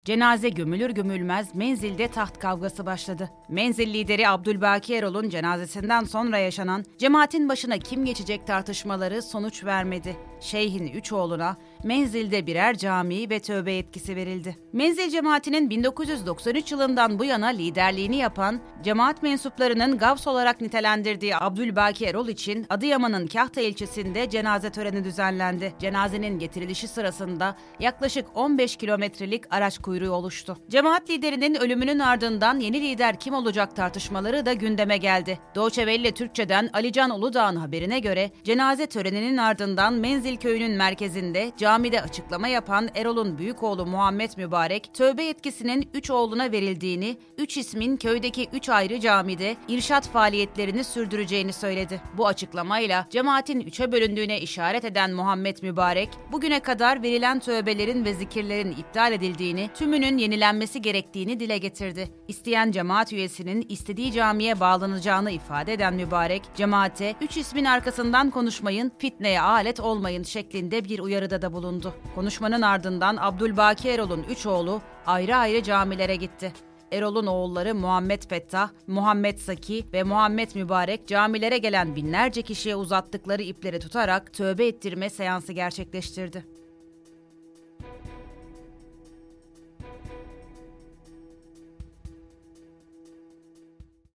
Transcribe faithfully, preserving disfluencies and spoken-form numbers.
Cenaze gömülür gömülmez menzilde taht kavgası başladı. Menzil lideri Abdülbaki Erol'un cenazesinden sonra yaşanan cemaatin başına kim geçecek tartışmaları sonuç vermedi. Şeyhin üç oğluna menzilde birer cami ve tövbe yetkisi verildi. Menzil cemaatinin bin dokuz yüz doksan üç yılından bu yana liderliğini yapan, cemaat mensuplarının gavs olarak nitelendirdiği Abdülbaki Erol için Adıyaman'ın Kahta ilçesinde cenaze töreni düzenlendi. Cenazenin getirilişi sırasında yaklaşık on beş kilometrelik araç kuyruğu oluştu. Cemaat liderinin ölümünün ardından yeni lider kim olacak tartışmaları da gündeme geldi. Deutsche Welle Türkçe'den Alican Uludağ'ın haberine göre cenaze töreninin ardından Menzil köyünün merkezinde camide açıklama yapan Erol'un büyük oğlu Muhammed Mübarek, tövbe yetkisinin üç oğluna verildiğini, üç ismin köydeki üç ayrı camide irşat faaliyetlerini sürdüreceğini söyledi. Bu açıklamayla cemaatin üçe bölündüğüne işaret eden Muhammed Mübarek, bugüne kadar verilen tövbelerin ve zikirlerin iptal edildiğini, tümünün yenilenmesi gerektiğini dile getirdi. İsteyen cemaat üyesinin istediği camiye bağlanacağını ifade eden Mübarek, cemaate üç ismin arkasından konuşmayın, fitneye alet olmayın şeklinde bir uyarıda da bulundu. Konuşmanın ardından Abdülbaki Erol'un üç oğlu ayrı ayrı camilere gitti. Erol'un oğulları Muhammed Fettah, Muhammed Saki ve Muhammed Mübarek camilere gelen binlerce kişiye uzattıkları ipleri tutarak tövbe ettirme seansı gerçekleştirdi.